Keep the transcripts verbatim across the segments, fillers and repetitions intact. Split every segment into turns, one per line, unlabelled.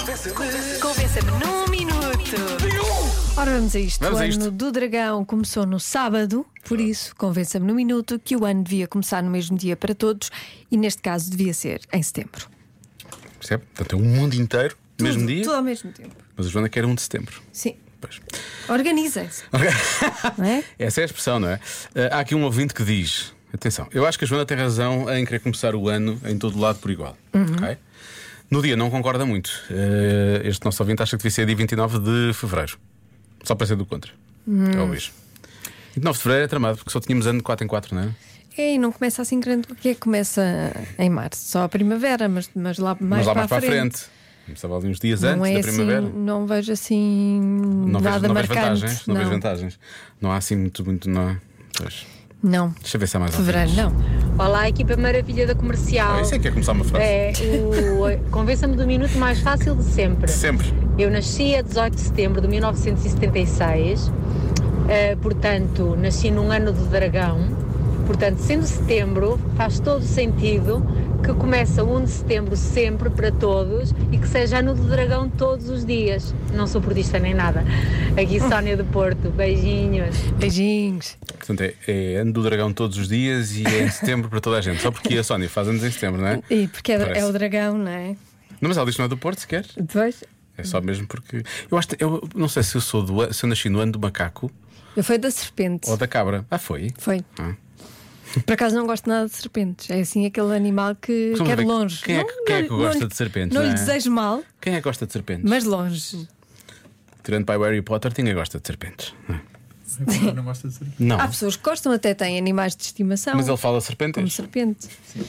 Convença-me num minuto.
Ora, vamos a isto.
Vamos
o
a
ano
isto.
do Dragão começou no sábado, por isso, convença-me num minuto que o ano devia começar no mesmo dia para todos e, neste caso, devia ser em setembro.
Percebe? Portanto, é o mundo inteiro, no mesmo
Tudo,
dia.
Tudo ao mesmo tempo.
Mas a Joana quer um de setembro.
Sim.
Pois.
Organizem-se. Não é?
Essa é a expressão, não é? Ah, há aqui um ouvinte que diz: atenção, eu acho que a Joana tem razão em querer começar o ano em todo lado por igual. Ok? No dia não concorda muito. Ah, este nosso ouvinte acha que devia ser dia vinte e nove de fevereiro. Só para ser do contra. É o bicho. vinte e nove de fevereiro é tramado, porque só tínhamos ano de quatro em quatro, não é?
É, e não começa assim grande, porque é que começa em março, só a primavera, mas, mas lá mais,
Mas lá
para,
mais para
a
a
frente.
frente. Começava ali uns dias
Não
antes
é
da
assim,
primavera.
não vejo assim
Não vejo,
nada
não vejo
marcante.
vantagens. Não, vejo vantagens. Não há assim muito, muito não. Pois.
Não.
Deixa eu ver se há mais
Fevereiro,
ouvintes.
não.
Olá, equipa maravilha da comercial.
Ah, isso é que é começar uma frase.
É o convença-me do minuto mais fácil de sempre.
Sempre.
Eu nasci a dezoito de setembro de mil novecentos e setenta e seis, eh, portanto, nasci num ano do dragão. Portanto, sendo setembro, faz todo sentido que começa o um de setembro sempre para todos e que seja ano do dragão todos os dias. Não sou portista nem nada. Aqui Sónia do Porto, beijinhos.
Beijinhos.
Portanto, é, é ano do dragão todos os dias e é em setembro para toda a gente. Só porque a Sónia faz anos em setembro, não é?
E porque é,
Parece.
é o dragão, não é?
Não, mas ela diz que não é do Porto sequer.
Depois,
É só mesmo porque. Eu acho que, eu não sei se eu sou do an- se eu nasci no ano do macaco
eu fui da serpente.
ou da cabra. Ah, foi?
Foi.
Ah.
Por acaso não gosto nada de serpentes. É assim aquele animal que
Vamos
quer
ver,
longe.
quem é que-
Não-
quem é que
não-
gosta
não-
de serpentes,
Não
não
lhe
é?
desejo mal,
Quem é que gosta de serpentes?
mas longe.
Tirando para o Harry Potter, ninguém gosta de serpentes. Não, é?
Não gosta de ser.
Não.
Há pessoas que gostam, até têm animais de estimação.
Mas ele fala
Como
serpentes.
serpente.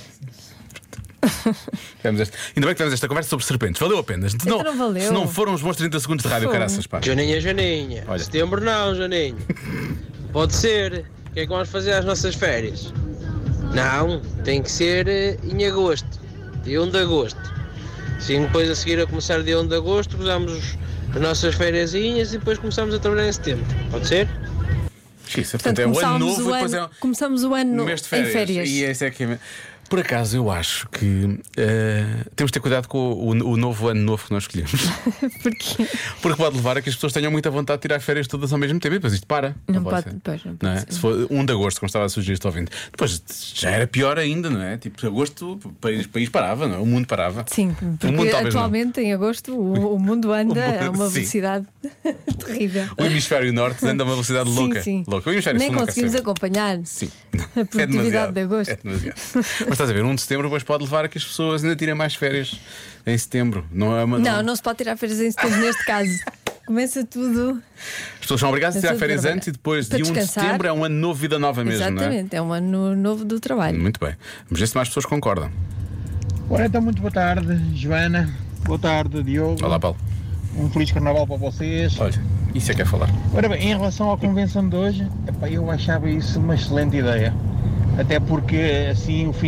Tivemos este- Ainda bem que tivemos esta conversa sobre serpentes. Valeu a pena. Se
Então não valeu.
se não foram os bons trinta segundos de rádio,
Foram.
caraças, pá.
Janinha, Janinha.
Olha.
Setembro não, Janinho. Pode ser. O que é que vamos fazer às nossas férias? Não, tem que ser eh, em agosto. Dia um de agosto. Sim, depois a seguir a começar dia um de agosto, usamos as nossas fériasinhas e depois começamos a trabalhar em setembro. Pode ser?
Isso,
Portanto,
portanto, é o ano
começámos
novo
o
e depois
ano,
é
começamos o ano
um mês de
em
férias.
férias.
E esse é que é... Por acaso, eu acho que eh, temos de ter cuidado com o, o novo ano novo que nós escolhemos.
Porque
Porque pode levar a que as pessoas tenham muita vontade de tirar férias todas ao mesmo tempo e depois isto para.
Não pode-
ser.
pois, não
Não
pode
é?
ser.
Se for um de agosto, como estava a sugerir este ouvinte, depois já era pior ainda, não é? Tipo, agosto, o país, o país parava, não é? O mundo parava.
sim,
O mundo
porque
talvez não.
atualmente em agosto o, o mundo anda
O mundo-
a uma
sim.
velocidade terrível.
O hemisfério norte anda a uma velocidade
Sim,
louca.
sim.
louca. O hemisfério
Nem
sul nunca
conseguimos
sabe.
acompanhar
Sim.
a produtividade de agosto.
É demasiado. Mas estás a ver, um de setembro depois pode levar a que as pessoas ainda tirem mais férias em setembro. Não é uma.
Não, não se pode tirar férias em setembro neste caso. Começa tudo.
As pessoas são obrigadas a tirar
Começa
férias
tudo
antes e depois
para
de um de
descansar.
setembro é um ano novo, vida nova mesmo, não é?
Exatamente, é um ano novo do trabalho.
Muito bem. Vamos ver se mais pessoas concordam.
Ora, então, muito boa tarde, Joana. Boa tarde, Diogo.
Olá, Paulo.
Um feliz carnaval para vocês.
Olha, isso é que é falar.
Ora bem, em relação à convenção de hoje, epá, eu achava isso uma excelente ideia. Até porque, assim, o, fim,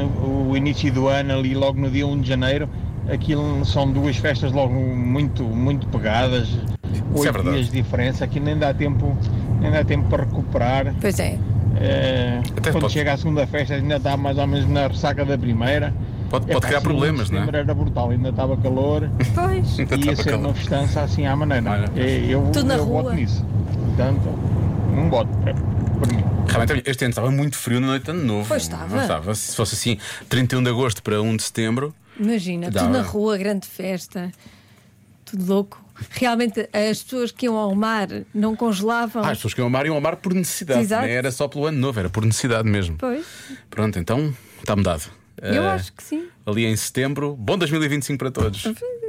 o início do ano, ali logo no dia um de janeiro, aquilo são duas festas logo muito, muito pegadas.
é
Oito
verdade.
dias de diferença, aqui nem dá tempo, nem dá tempo para recuperar.
Pois é.
Eh,
Até
quando
pode-
chega a segunda festa ainda está mais ou menos na ressaca da primeira.
Pode, pode
Epá,
criar
assim,
problemas, não
setembro
é?
era brutal, ainda estava calor.
Pois.
Ainda
Ia
estava
ser
calor.
uma festança assim à maneira.
Olha.
É, Eu,
Tudo na
eu
rua.
voto nisso. Portanto, um voto para, para mim.
Realmente, este ano estava muito frio na noite de ano novo.
Pois estava.
Não estava. Se fosse assim, trinta e um de agosto para um de setembro.
Imagina,
Dava.
tudo na rua, grande festa, tudo louco. Realmente as pessoas que iam ao mar não congelavam.
Ah, as pessoas que iam ao mar iam ao mar por necessidade.
Exato.
Nem era só pelo ano novo, era por necessidade mesmo.
Pois,
Pronto, então está mudado.
eu
Eh,
acho que sim.
Ali em setembro, bom dois mil e vinte e cinco para todos.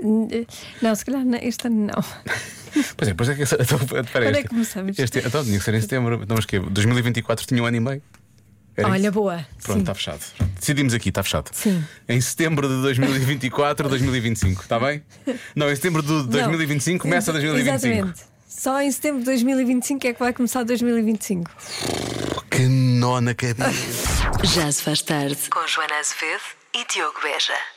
Não, se calhar não, este ano não.
Pois é, pois é que. Então, espera,
Quando é
este-
que começamos?
Este, então tinha que ser em setembro. Então, mas que dois mil e vinte e quatro tinha um ano e meio. Era
Olha,
isso?
boa.
Pronto,
sim.
está fechado. Decidimos aqui, está fechado.
Sim.
Em setembro de dois mil e vinte e quatro, dois mil e vinte e cinco, está bem? Não, em setembro de dois mil e vinte e cinco começa dois mil e vinte e cinco.
Exatamente. Só em setembro de dois mil e vinte e cinco é que vai começar dois mil e vinte e cinco.
Que nó na cabeça.
Já se faz tarde com Joana Azevedo e Diogo Beja.